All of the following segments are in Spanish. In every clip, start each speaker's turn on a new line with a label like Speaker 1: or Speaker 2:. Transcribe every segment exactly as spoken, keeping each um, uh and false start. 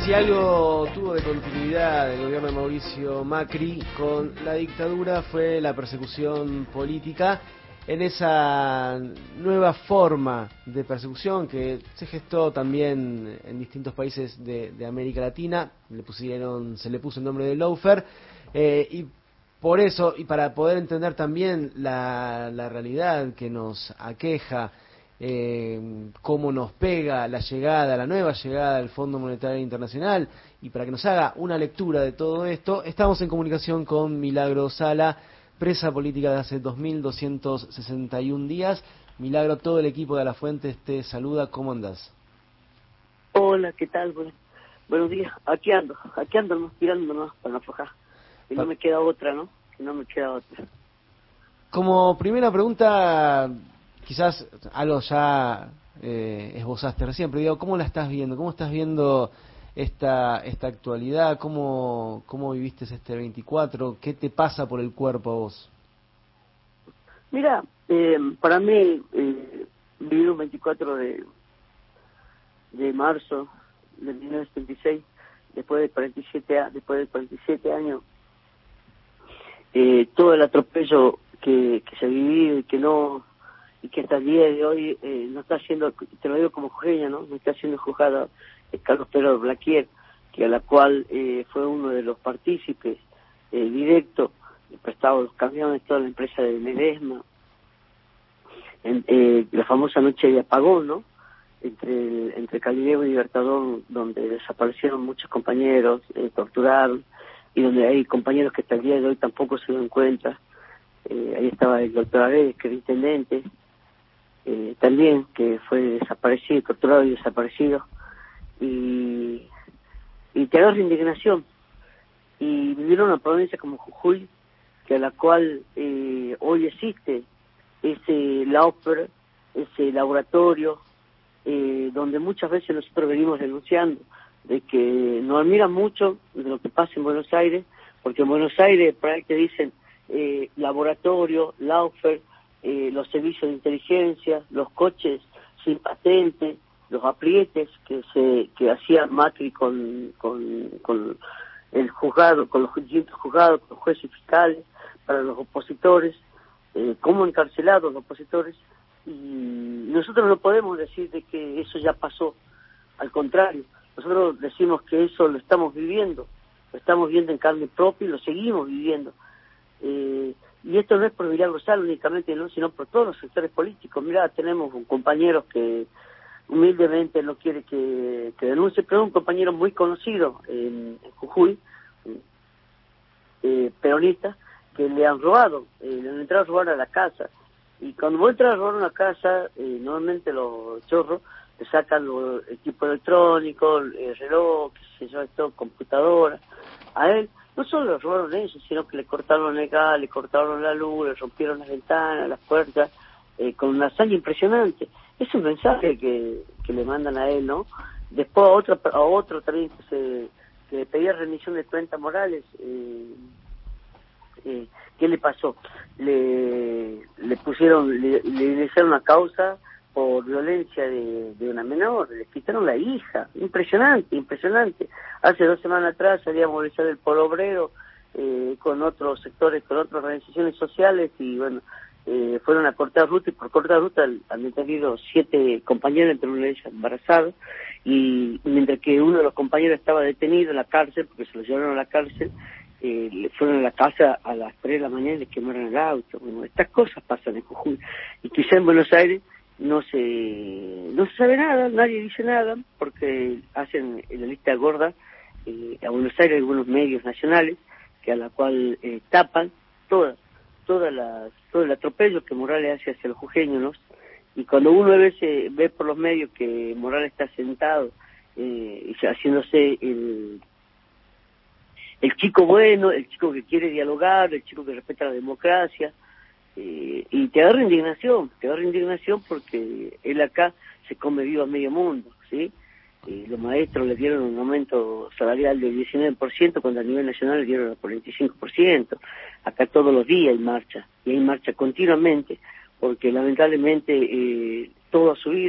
Speaker 1: Si algo tuvo de continuidad el gobierno de Mauricio Macri con la dictadura fue la persecución política, en esa nueva forma de persecución que se gestó también en distintos países de, de América Latina. Le pusieron, se le puso el nombre de lawfare, eh, y por eso, y para poder entender también la, la realidad que nos aqueja, eh, cómo nos pega la llegada, la nueva llegada del Fondo Monetario Internacional, y para que nos haga una lectura de todo esto, estamos en comunicación con Milagro Sala, presa política de hace dos mil doscientos sesenta y un días. Milagro, todo el equipo de La Fuente te saluda, ¿cómo andás?
Speaker 2: Hola, ¿qué tal? Bueno, buenos días, aquí ando, aquí ando, tirándonos para aflojar. Y no me queda otra, ¿no? Que no me queda otra.
Speaker 1: Como primera pregunta, quizás algo ya eh, esbozaste recién, pero digo, ¿cómo la estás viendo? ¿Cómo estás viendo esta esta actualidad? ¿Cómo, cómo viviste este veinticuatro? ¿Qué te pasa por el cuerpo a vos?
Speaker 2: Mira, eh, para mí, eh, viví un veinticuatro de, de marzo de mil novecientos setenta y seis, después de cuarenta y siete, después de cuarenta y siete años, eh, todo el atropello que, que se ha vivido y que no, y que hasta el día de hoy eh, no está siendo, te lo digo como jujeña, ¿no? No está siendo juzgado eh, Carlos Pedro Blaquier, que a la cual eh, fue uno de los partícipes eh, directos, prestado los camiones, toda la empresa de Ledesma, en, eh, la famosa noche de apagón, ¿no? Entre, entre Calidego y Libertador, donde desaparecieron muchos compañeros, eh, torturaron, y donde hay compañeros que hasta el día de hoy tampoco se dan cuenta. Eh, ahí estaba el doctor Aredes, que era intendente, eh, también, que fue desaparecido, torturado y desaparecido, y, y te agarra indignación. Y vivieron una provincia como Jujuy, que a la cual eh, hoy existe ese lawfare, ese laboratorio, eh, donde muchas veces nosotros venimos denunciando de que nos admiran mucho de lo que pasa en Buenos Aires, porque en Buenos Aires por ahí te dicen eh, laboratorio, lawfare, eh, los servicios de inteligencia, los coches sin patente, los aprietes que se que hacía Macri con, con, con el juzgado, con los juzgados, con los jueces fiscales, para los opositores, eh, cómo encarcelados los opositores, y nosotros no podemos decir de que eso ya pasó, al contrario, nosotros decimos que eso lo estamos viviendo, lo estamos viendo en carne propia y lo seguimos viviendo. Eh, y esto no es por Milagro Sala únicamente, ¿no? Sino por todos los sectores políticos. Mira, tenemos un compañero que humildemente no quiere que, que denuncie, pero es un compañero muy conocido en, en Jujuy, eh, peronista, que le han robado, eh, le han entrado a robar a la casa. Y cuando vos entras a robar una casa, eh, normalmente los chorros te sacan los equipos electrónicos, el reloj, qué sé yo, esto, computadora. A él no solo le robaron eso, sino que le cortaron el gas, le cortaron la luz, le rompieron las ventanas, las puertas, eh, con una hazaña impresionante. Es un mensaje que, que le mandan a él, ¿no? Después a otro, a otro también que se que le pedía rendición de cuentas morales, eh, eh, ¿qué le pasó? Le, le pusieron, le, le hicieron una causa por violencia de, de una menor, le quitaron la hija, impresionante, impresionante. Hace dos semanas atrás salía a movilizar el Polo Obrero eh, con otros sectores, con otras organizaciones sociales, y bueno, eh, fueron a cortar ruta, y por cortar ruta han detenido siete compañeros, entre una de ellas embarazada, y mientras que uno de los compañeros estaba detenido en la cárcel, porque se lo llevaron a la cárcel, eh, fueron a la casa a las tres de la mañana y le quemaron el auto. Bueno, estas cosas pasan en Jujuy, y quizá en Buenos Aires no se no se sabe nada, nadie dice nada, porque hacen en la lista gorda eh, a Buenos Aires algunos medios nacionales que a la cual eh, tapan todas todas las todo el atropello que Morales hace hacia los jujeños, ¿no? Y cuando uno ve, se, ve por los medios que Morales está sentado eh, haciéndose el el chico bueno, el chico que quiere dialogar, el chico que respeta la democracia, Eh, y te agarra indignación, te agarra indignación porque él acá se come vivo a medio mundo, ¿sí? Eh, los maestros le dieron un aumento salarial del diecinueve por ciento cuando a nivel nacional le dieron el cuarenta y cinco por ciento. Acá todos los días hay marcha, y hay marcha continuamente, porque lamentablemente eh, todo ha subido,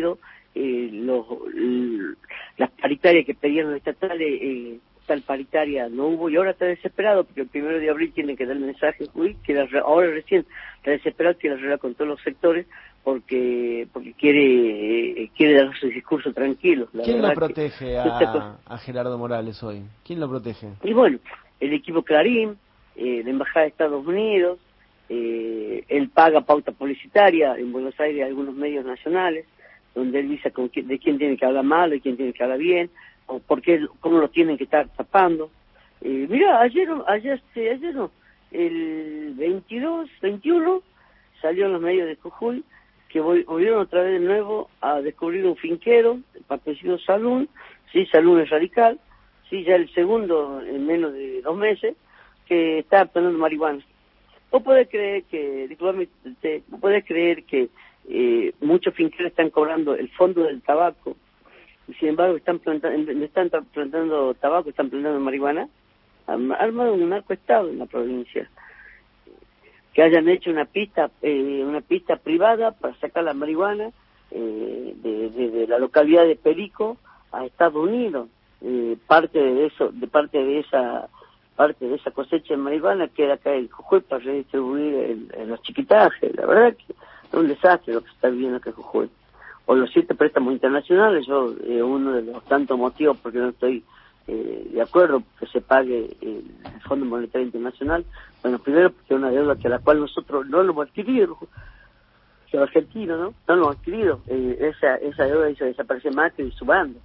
Speaker 2: eh, los, l, las paritarias que pedían los estatales, eh, tal paritaria no hubo, y ahora está desesperado porque el primero de abril tiene que dar el mensaje, uy, que la, ahora recién está desesperado, quiere arreglar con todos los sectores porque porque quiere eh, quiere dar su discurso tranquilo.
Speaker 1: La ¿Quién lo protege a, a Gerardo Morales hoy? ¿Quién lo protege?
Speaker 2: Y bueno, el equipo Clarín, eh, la Embajada de Estados Unidos, eh, él paga pauta publicitaria en Buenos Aires a algunos medios nacionales, donde él dice con quién, de quién tiene que hablar mal, de quién tiene que hablar bien, o por qué, cómo lo tienen que estar tapando. Eh, mira, ayer, ayer, ayer no, el veintidós, veintiuno, salió en los medios de Jujuy que voy, volvieron otra vez de nuevo a descubrir un finquero, el partido Salún, sí, Salún es radical, sí, ya el segundo en menos de dos meses, que está plantando marihuana. Vos podés creer que, disculpame, vos podés creer que eh, muchos finqueros están cobrando el fondo del tabaco, y sin embargo están plantando, no están plantando tabaco, están plantando marihuana, armado un narcoestado en la provincia. Que hayan hecho una pista eh, una pista privada para sacar la marihuana eh, de, de, de la localidad de Perico a Estados Unidos. Eh, parte de eso, de parte de esa parte de esa cosecha de marihuana queda acá en Jujuy para redistribuir en, en los chiquitajes. La verdad que es un desastre lo que se está viviendo acá en Jujuy. O los siete préstamos internacionales, yo eh, uno de los tantos motivos porque no estoy eh, de acuerdo que se pague el Fondo Monetario Internacional. Bueno, primero porque es una deuda que a la cual nosotros no lo hemos adquirido, los argentinos, ¿no? No lo hemos adquirido. Eh, esa esa deuda hizo desaparecer Macri y su bando.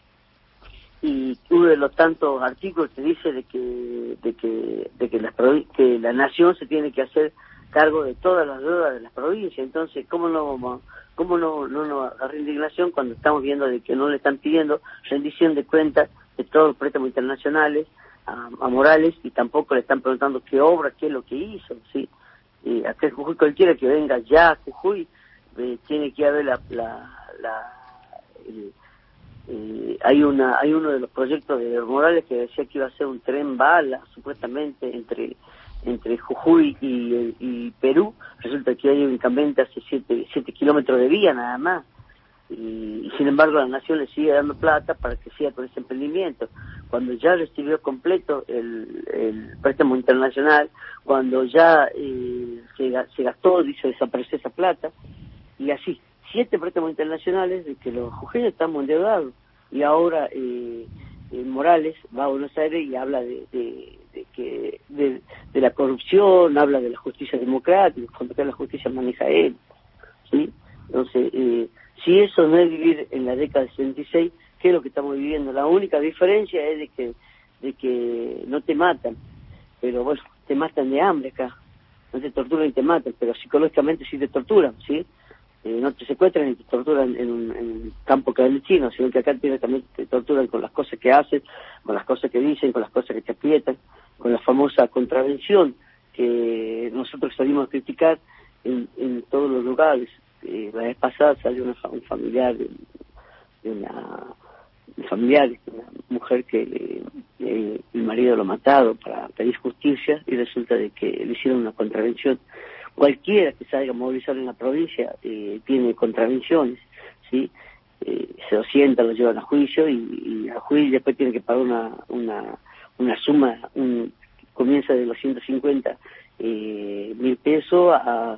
Speaker 2: Y uno de los tantos artículos que dice de que de que de que, las que la nación se tiene que hacer cargo de todas las deudas de las provincias. Entonces, ¿cómo no vamos, cómo no no nos agarra indignación cuando estamos viendo de que no le están pidiendo rendición de cuentas de todos los préstamos internacionales a, a Morales, y tampoco le están preguntando qué obra, qué es lo que hizo, ¿sí? Y acá en Jujuy cualquiera que venga ya a Jujuy eh, tiene que haber la... la, la el, eh, hay una hay uno de los proyectos de Morales que decía que iba a ser un tren bala, supuestamente, entre entre Jujuy y, y Perú. Resulta que hay únicamente hace siete, siete kilómetros de vía nada más. Y, y sin embargo la nación le sigue dando plata para que siga con ese emprendimiento, cuando ya recibió completo el, el préstamo internacional, cuando ya eh, se, se gastó, dice, desapareció esa plata, y así, siete préstamos internacionales de que los jujeños estamos endeudados, y ahora eh, eh, Morales va a Buenos Aires y habla de, de, de que de, de la corrupción, habla de la justicia democrática, cuando que la justicia maneja él, ¿sí? Entonces, eh, si eso no es vivir en la década de sesenta y seis, ¿qué es lo que estamos viviendo? La única diferencia es de que de que no te matan, pero bueno, te matan de hambre acá, no te torturan y te matan, pero psicológicamente sí te torturan, ¿sí? Eh, no te secuestran y te torturan en un, en un campo clandestino, sino que acá también te torturan con las cosas que hacen, con las cosas que dicen, con las cosas que te aprietan, con la famosa contravención que nosotros salimos a criticar en, en todos los lugares. Eh, la vez pasada salió una, un familiar de, de una un familiar, una mujer que eh, el marido lo ha matado para pedir justicia, y resulta de que le hicieron una contravención. Cualquiera que salga a movilizar en la provincia eh, tiene contravenciones, ¿sí? Eh, se lo sientan, lo llevan a juicio, y, y a juicio después tiene que pagar una una una suma, un, comienza de los ciento cincuenta eh, mil pesos a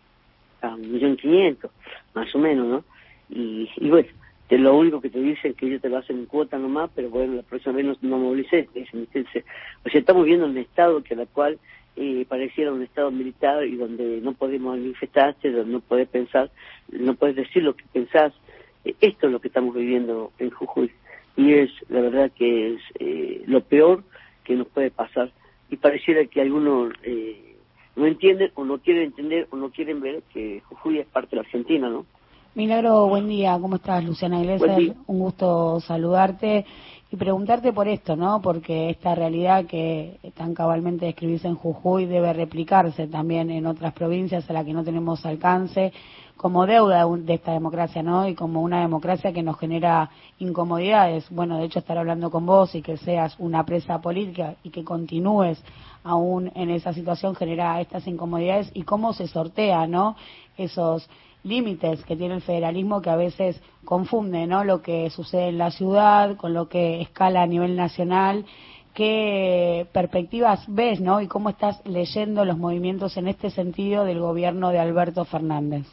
Speaker 2: a un millón quinientos, más o menos, ¿no? Y, y bueno, te, lo único que te dicen es que ellos te lo hacen en cuota nomás, pero bueno, la próxima vez no, no movilicé, te dicen, entonces, o sea, estamos viendo un estado que a la cual eh, pareciera un estado militar, y donde no podemos manifestarse, donde no podés pensar, no podés decir lo que pensás. Eh, esto es lo que estamos viviendo en Jujuy, y es, la verdad que es eh, lo peor que nos puede pasar, y pareciera que algunos... Eh, no entienden, o no quieren entender, o no quieren ver que Jujuy es parte de la Argentina, ¿no?
Speaker 3: Milagro, buen día, ¿cómo estás? Luciana Iglesias, un gusto saludarte y preguntarte por esto, ¿no? Porque esta realidad que tan cabalmente describís en Jujuy debe replicarse también en otras provincias a las que no tenemos alcance, como deuda de esta democracia, ¿no? Y como una democracia que nos genera incomodidades. Bueno, de hecho, estar hablando con vos y que seas una presa política y que continúes aún en esa situación genera estas incomodidades, y cómo se sortea, ¿no? Esos límites que tiene el federalismo que a veces confunde, ¿no? Lo que sucede en la ciudad con lo que escala a nivel nacional. ¿Qué perspectivas ves, ¿no? Y cómo estás leyendo los movimientos en este sentido del gobierno de Alberto Fernández.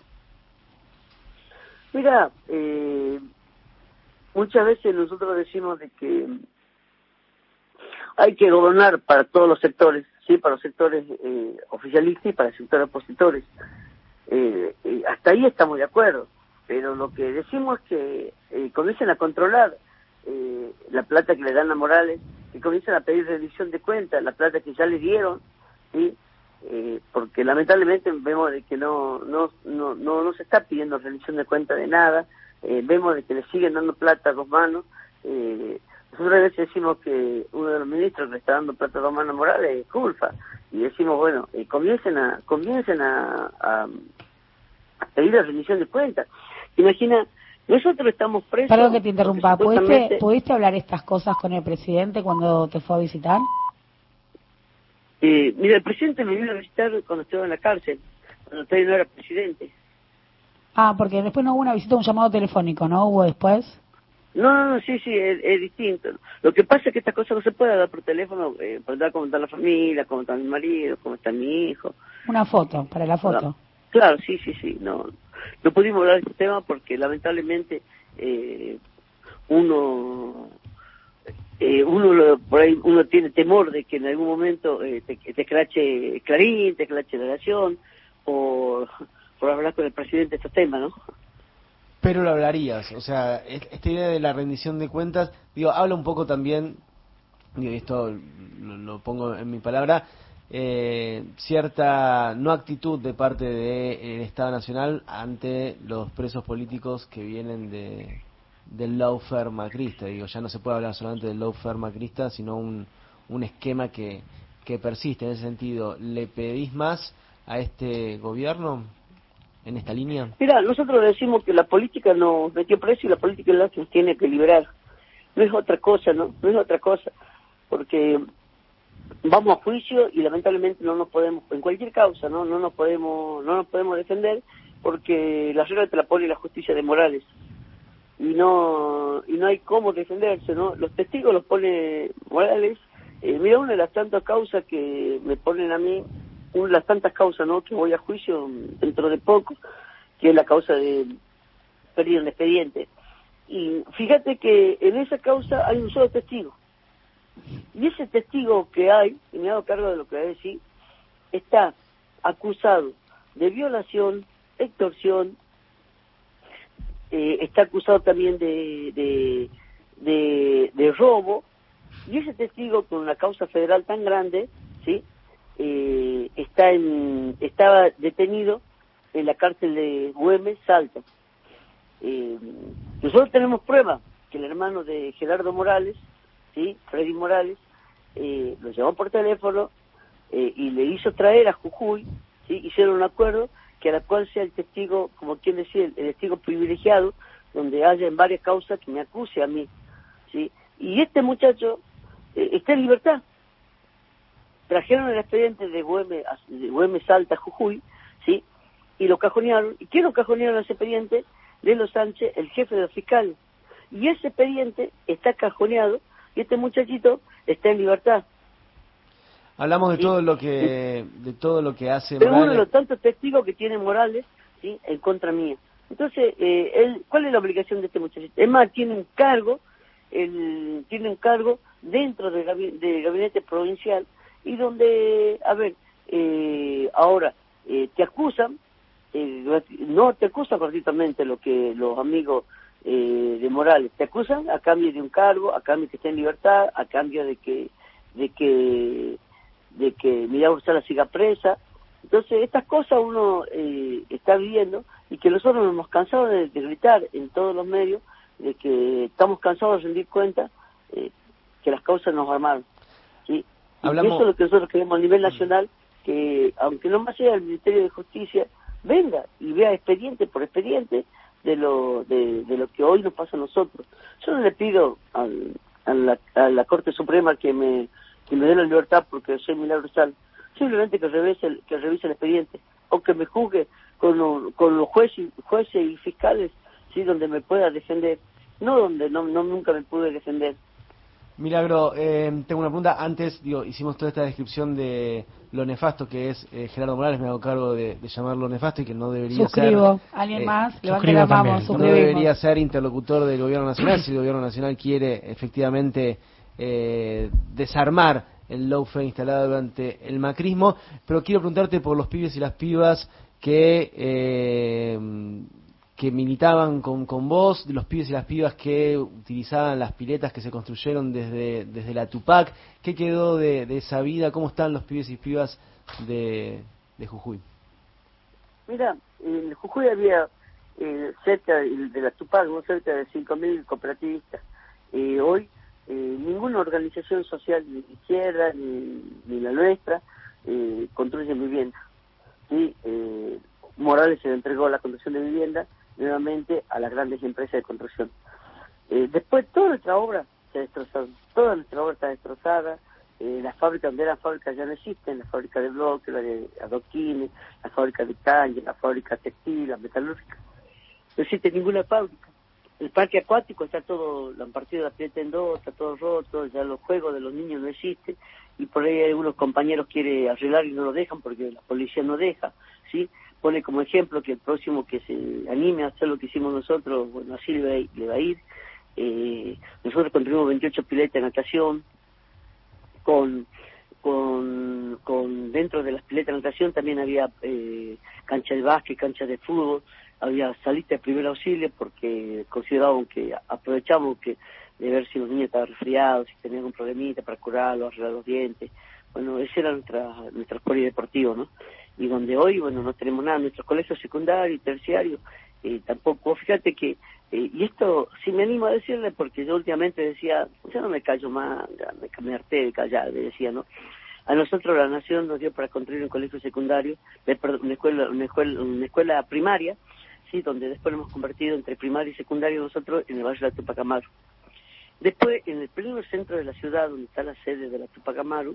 Speaker 2: Mira, eh, muchas veces nosotros decimos de que hay que gobernar para todos los sectores, sí, para los sectores eh, oficialistas y para los sectores opositores. Eh, eh, hasta ahí estamos de acuerdo, pero lo que decimos es que eh, comiencen a controlar eh, la plata que le dan a Morales, que comiencen a pedir rendición de cuentas, la plata que ya le dieron, ¿sí? Eh, porque lamentablemente vemos de que no no no no, no se está pidiendo rendición de cuentas de nada, eh, vemos de que le siguen dando plata a dos manos. Eh, nosotros a veces decimos que uno de los ministros que le está dando plata a dos manos a Morales es Culfa, y decimos, bueno, eh, comiencen a comiencen a, a a pedir la rendición de cuentas. Imagina, nosotros estamos presos...
Speaker 3: Perdón que te interrumpa, supuestamente... ¿Pudiste, ¿pudiste hablar estas cosas con el presidente cuando te fue a visitar?
Speaker 2: Eh, mira, el presidente me vino a visitar cuando estaba en la cárcel, cuando todavía no era presidente.
Speaker 3: Ah, porque después no hubo una visita, un llamado telefónico, ¿no? ¿Hubo después?
Speaker 2: No, no, no, sí, sí, es, es distinto. Lo que pasa es que estas cosas no se pueden dar por teléfono, eh, para dar cómo está la familia, cómo está mi marido, cómo está mi hijo.
Speaker 3: Una foto, para la foto.
Speaker 2: No. Claro, sí, sí, sí, no no pudimos hablar de este tema porque lamentablemente eh, uno eh, uno lo, por ahí uno tiene temor de que en algún momento eh, te, te escrache Clarín, te escrache la Nación, o por hablar con el presidente de estos temas, ¿no?
Speaker 1: Pero lo hablarías, o sea, esta idea de la rendición de cuentas, digo, habla un poco también, digo, y esto lo, lo pongo en mi palabra, Eh, cierta no actitud de parte del Estado Nacional ante los presos políticos que vienen de del lawfare macrista. Digo, ya no se puede hablar solamente del lawfare macrista, sino un, un esquema que, que persiste. En ese sentido, ¿le pedís más a este gobierno en esta línea?
Speaker 2: Mira, nosotros decimos que la política nos metió preso y la política es la que nos tiene que liberar. No es otra cosa, ¿no? No es otra cosa, porque vamos a juicio y lamentablemente no nos podemos, en cualquier causa, no no nos podemos no nos podemos defender porque la regla te la pone la justicia de Morales y no y no hay cómo defenderse, ¿no? Los testigos los pone Morales. Eh, mira, una de las tantas causas que me ponen a mí, una de las tantas causas, ¿no?, que voy a juicio dentro de poco, que es la causa de pérdida de expediente. Y fíjate que en esa causa hay un solo testigo. Y ese testigo que hay, y me hago cargo de lo que voy a decir, está acusado de violación, extorsión, eh, está acusado también de, de, de, de robo, y ese testigo con una causa federal tan grande, ¿sí?, eh, está en, estaba detenido en la cárcel de Güemes, Salta. Eh, nosotros tenemos prueba que el hermano de Gerardo Morales, ¿sí?, Freddy Morales, eh, lo llamó por teléfono eh, y le hizo traer a Jujuy, ¿sí?, hicieron un acuerdo que a la cual sea el testigo, como quien decía, el, el testigo privilegiado, donde haya en varias causas que me acuse a mí, ¿sí? Y este muchacho eh, está en libertad. Trajeron el expediente de Güemes, de Güemes Salta, Jujuy, ¿sí?, y lo cajonearon. ¿Y quién lo cajonearon ese expediente? Lelo Sánchez, el jefe de los fiscales. Y ese expediente está cajoneado y este muchachito está en libertad.
Speaker 1: Hablamos de
Speaker 2: ¿Sí?
Speaker 1: todo lo que de todo lo que hace
Speaker 2: Pero
Speaker 1: Morales.
Speaker 2: uno de los tantos testigos que tiene Morales, ¿sí?, en contra mía. Entonces, eh, él, ¿cuál es la obligación de este muchachito? Es más, tiene un cargo, él tiene un cargo dentro del gabinete, del gabinete provincial, y donde, a ver, eh, ahora eh, te acusan, eh, no te acusan gratuitamente lo que los amigos eh, de Morales, te acusan a cambio de un cargo, a cambio de que esté en libertad, a cambio de que de que de que Milagro Sala siga presa. Entonces estas cosas uno eh, está viendo, y que nosotros nos hemos cansado de, de gritar en todos los medios de que estamos cansados de rendir cuenta eh, que las causas nos armaron, ¿sí?
Speaker 1: Hablamos...
Speaker 2: Y eso es lo que nosotros queremos a nivel nacional, que aunque no más sea el Ministerio de Justicia, venga y vea expediente por expediente de lo de, de lo que hoy nos pasa a nosotros. Yo no le pido al, a, la, a la Corte Suprema que me que me dé la libertad porque soy Milagro Sala, simplemente que revise el, que revise el expediente, o que me juzgue con, lo, con los jueces, jueces y fiscales, sí, donde me pueda defender, no donde no, no nunca me pude defender.
Speaker 1: Milagro, eh, tengo una pregunta. Antes, digo, hicimos toda esta descripción de lo nefasto que es eh, Gerardo Morales, me hago cargo de, de llamarlo nefasto y que no debería
Speaker 3: Suscribo.
Speaker 1: ser...
Speaker 3: ¿Alguien
Speaker 1: eh,
Speaker 3: más? Levante la mano,
Speaker 1: No debería ser interlocutor del gobierno nacional si el gobierno nacional quiere efectivamente eh, desarmar el lawfare instalado durante el macrismo. Pero quiero preguntarte por los pibes y las pibas que... Eh, que militaban con, con vos, de los pibes y las pibas que utilizaban las piletas que se construyeron desde, desde la Tupac. ¿Qué quedó de, de esa vida? ¿Cómo están los pibes y pibas de, de Jujuy?
Speaker 2: Mira, en Jujuy había eh, cerca de la Tupac, ¿no? cerca de cinco mil cooperativistas. Eh, hoy eh, ninguna organización social, ni de izquierda, ni, ni la nuestra, eh, construye vivienda. ¿Sí? Eh, Morales se le entregó la construcción de vivienda nuevamente a las grandes empresas de construcción. Eh, después toda nuestra obra se ha destrozado, toda nuestra obra está destrozada, eh, las fábricas donde eran fábricas ya no existen, la fábrica de bloques, la de adoquines, la fábrica de caña, la fábrica textil, la metalúrgica, no existe ninguna fábrica. El parque acuático está todo, lo han partido la pileta en dos, está todo roto, ya los juegos de los niños no existen, y por ahí algunos compañeros quieren arreglar y no lo dejan porque la policía no deja, ¿sí? Pone como ejemplo que el próximo que se anime a hacer lo que hicimos nosotros, bueno, así le va a ir. Le va a ir. Eh, nosotros construimos veintiocho piletas de natación, con, con, con dentro de las piletas de natación también había eh, cancha de básquet, cancha de fútbol, había salita de primer auxilio porque consideraban que aprovechamos que de ver si los niños estaban resfriados, si tenían un problemita para curarlos, arreglar los dientes. Bueno, ese era nuestra, nuestra polideportivo, ¿no? Y donde hoy, bueno, no tenemos nada, nuestros colegios secundarios y terciarios, eh, tampoco, fíjate que, eh, y esto sí me animo a decirle porque yo últimamente decía, ya no me callo más, ya me, me harté de callar, le decía, ¿no? A nosotros la Nación nos dio para construir un colegio secundario, eh, perdón, una escuela, una escuela, una escuela primaria, sí, donde después lo hemos convertido entre primaria y secundario nosotros en el barrio de la Tupac Amaru. Después, en el pleno centro de la ciudad, donde está la sede de la Tupac Amaru,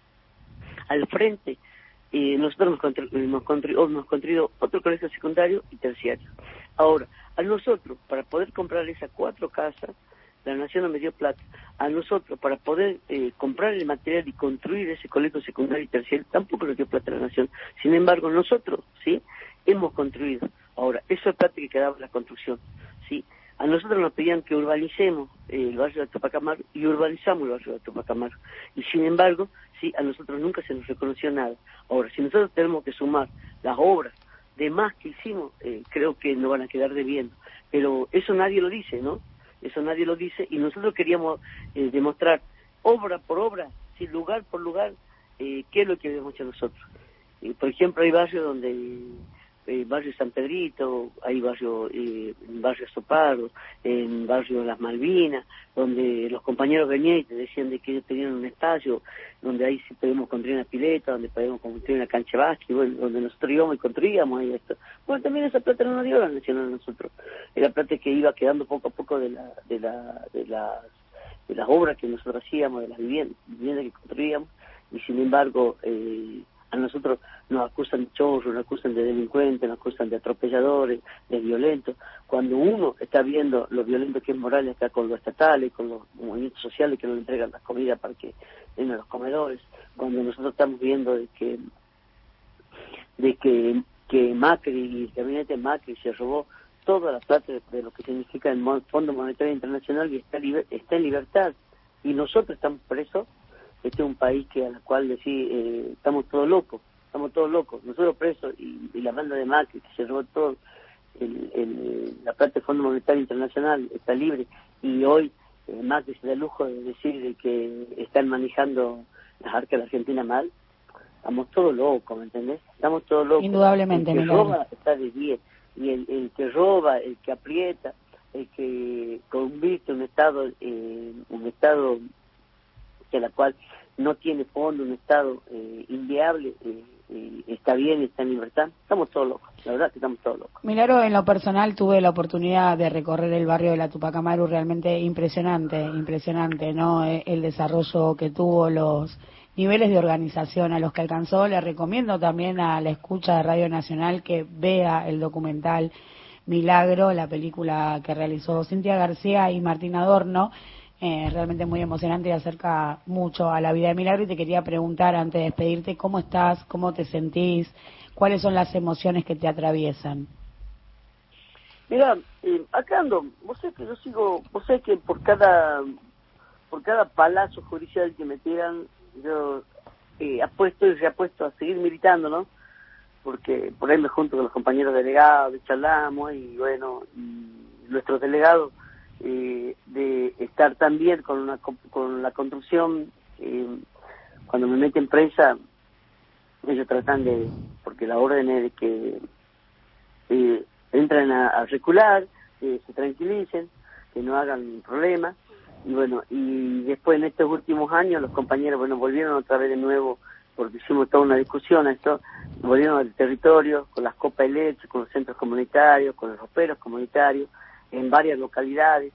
Speaker 2: al frente, eh, nosotros hemos, constru hemos, constru hemos construido otro colegio secundario y terciario. Ahora, a nosotros, para poder comprar esas cuatro casas, la Nación nos dio plata. A nosotros, para poder eh, comprar el material y construir ese colegio secundario y terciario, tampoco nos dio plata la Nación. Sin embargo, nosotros, ¿sí?, hemos construido. Ahora, eso es plata que quedaba en la construcción, ¿sí? A nosotros nos pedían que urbanicemos eh, el barrio de Tupac Amaru y urbanizamos el barrio de Tupac Amaru. Y sin embargo, sí, a nosotros nunca se nos reconoció nada. Ahora, si nosotros tenemos que sumar las obras de más que hicimos, eh, creo que nos van a quedar debiendo. Pero eso nadie lo dice, ¿no? Eso nadie lo dice y nosotros queríamos eh, demostrar obra por obra, sí, lugar por lugar, eh, qué es lo que habíamos hecho nosotros. Eh, por ejemplo, hay barrios donde... Eh, barrio San Pedrito, hay barrio, eh, barrio Soparo, en barrio Las Malvinas, donde los compañeros venían y te decían de que ellos tenían un espacio, donde ahí sí podíamos construir una pileta, donde podíamos construir una cancha de básquet, bueno, donde nosotros íbamos y construíamos ahí esto. Bueno, también esa plata no nos dio la Nación a nosotros, era plata que iba quedando poco a poco de la, de la, de las, de las obras que nosotros hacíamos, de las viviendas, viviendas que construíamos, y sin embargo, eh, a nosotros nos acusan de chorros, nos acusan de delincuentes, nos acusan de atropelladores, de violentos. Cuando uno está viendo lo violento que es Morales acá con los estatales, con los movimientos sociales que nos entregan las comidas para que den a los comedores, cuando nosotros estamos viendo de que de que, que Macri, el gabinete Macri se robó toda la plata de, de lo que significa el Fondo Monetario Internacional y está, liber, está en libertad, y nosotros estamos presos. Este es un país que a la cual decir eh, estamos todos locos, estamos todos locos, nosotros presos y, y la banda de Macri que se robó todo, el, el, la plata del Fondo Monetario Internacional está libre y hoy eh, Macri se da el lujo de decir de que están manejando las arcas de la Argentina mal. Estamos todos locos, ¿me entendés? Estamos todos locos.
Speaker 3: Indudablemente,
Speaker 2: el que
Speaker 3: Milagro.
Speaker 2: roba está de diez y el, el que roba, el que aprieta, el que convierte un estado, eh, un estado que la cual no tiene fondo, un Estado eh, inviable, eh, y está bien, está en libertad. Estamos todos locos, la verdad que estamos todos locos.
Speaker 3: Milagro, en lo personal tuve la oportunidad de recorrer el barrio de la Tupac Amaru, realmente impresionante, impresionante, ¿no? El desarrollo que tuvo, los niveles de organización a los que alcanzó. Le recomiendo también a la escucha de Radio Nacional que vea el documental Milagro, la película que realizó Cintia García y Martín Adorno. Eh, realmente muy emocionante y acerca mucho a la vida de Milagro. Y te quería preguntar, antes de despedirte, ¿cómo estás? ¿Cómo te sentís? ¿Cuáles son las emociones que te atraviesan?
Speaker 2: Mira, eh, acá ando, vos sabés que yo sigo, vos sabés que por cada por cada palazo judicial que me tiran, yo eh, apuesto y reapuesto a seguir militando, ¿no? Porque por ahí me junto con los compañeros delegados, y charlamos, y bueno, y nuestros delegados, Eh, de estar también con una con la construcción, eh, cuando me meten presa, ellos tratan de, porque la orden es de que eh, entren a, a recular, eh, se tranquilicen, que no hagan problemas, y bueno, y después en estos últimos años los compañeros, bueno, volvieron otra vez de nuevo, porque hicimos toda una discusión a esto, volvieron al territorio, con las copas de leche, con los centros comunitarios, con los roperos comunitarios, en varias localidades,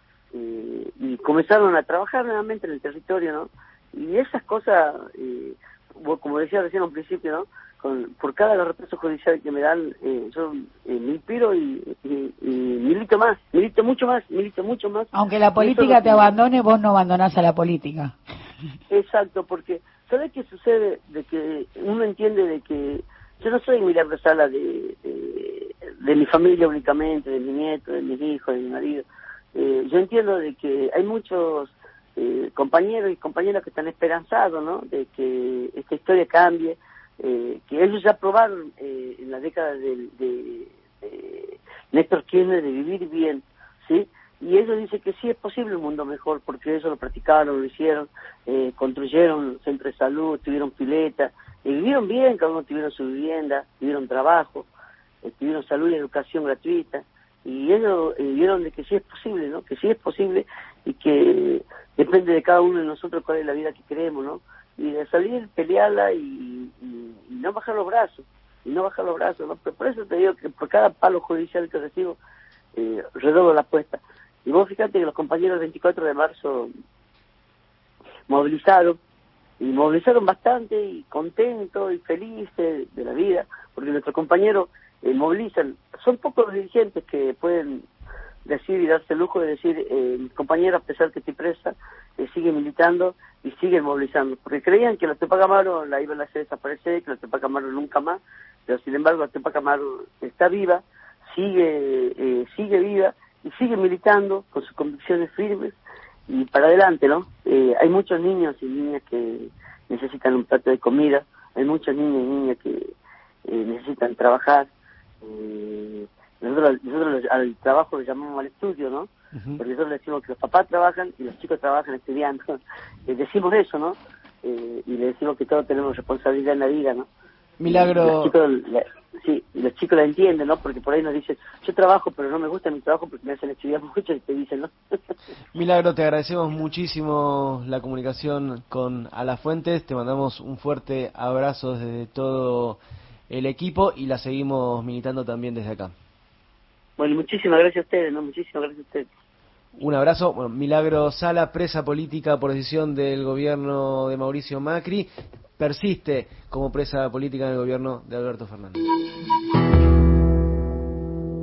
Speaker 2: eh, y comenzaron a trabajar nuevamente en el territorio, ¿no? Y esas cosas, eh, como decía recién al principio, ¿no? Con, por cada represo judicial que me dan, eh, yo eh, me inspiro y, y, y milito más, milito mucho más, milito mucho más.
Speaker 3: Aunque la política te abandone, vos no abandonás a la política.
Speaker 2: Exacto, porque ¿sabés qué sucede? De que uno entiende de que yo no soy Milagro Sala de, de, de mi familia únicamente, de mi nieto, de mis hijos, de mi marido. Eh, yo entiendo de que hay muchos eh, compañeros y compañeras que están esperanzados, ¿no? De que esta historia cambie, eh, que ellos ya probaron eh, en la década de, de, de Néstor Kirchner de vivir bien, ¿sí? Y ellos dicen que sí es posible un mundo mejor, porque ellos lo practicaron, lo hicieron, eh, construyeron centros de salud, tuvieron pileta, y vivieron bien, cada uno tuvieron su vivienda, tuvieron trabajo, eh, tuvieron salud y educación gratuita, y ellos eh, vieron de que sí es posible, ¿no? Que sí es posible y que depende de cada uno de nosotros cuál es la vida que queremos, ¿no? Y de salir, pelearla y, y, y no bajar los brazos, y no bajar los brazos, ¿no? Pero por eso te digo que por cada palo judicial que recibo, eh, redoblo la apuesta. Y vos fíjate que los compañeros el veinticuatro de marzo movilizaron, y movilizaron bastante, y contentos y felices de la vida, porque nuestros compañeros eh, movilizan. Son pocos los dirigentes que pueden decir y darse el lujo de decir, eh, mis compañeros, a pesar que estoy presa, eh, siguen militando y siguen movilizando, porque creían que la Tupac Amaru la iban a hacer desaparecer, que la Tupac Amaru nunca más, pero sin embargo la Tupac Amaru está viva, sigue, eh, sigue viva, y sigue militando con sus convicciones firmes y para adelante, ¿no? Eh, hay muchos niños y niñas que necesitan un plato de comida, hay muchos niños y niñas que eh, necesitan trabajar. Eh, nosotros, nosotros al trabajo le llamamos al estudio, ¿no? Uh-huh. Porque nosotros le decimos que los papás trabajan y los chicos trabajan estudiando. eh, decimos eso, ¿no? Eh, y le decimos que todos tenemos responsabilidad en la vida, ¿no?
Speaker 1: Milagro.
Speaker 2: Y los chicos, la, sí, y los chicos la entienden, ¿no? Porque por ahí nos dicen, yo trabajo, pero no me gusta mi trabajo porque me hacen estudiar mucho, y te dicen, ¿no?
Speaker 1: Milagro, te agradecemos muchísimo la comunicación con Alafuentes, te mandamos un fuerte abrazo desde todo el equipo y la seguimos militando también desde acá.
Speaker 2: Bueno, muchísimas gracias a ustedes, ¿no? Muchísimas gracias a ustedes.
Speaker 1: Un abrazo. Bueno, Milagro Sala, presa política por decisión del gobierno de Mauricio Macri, persiste como presa política en el gobierno de Alberto Fernández.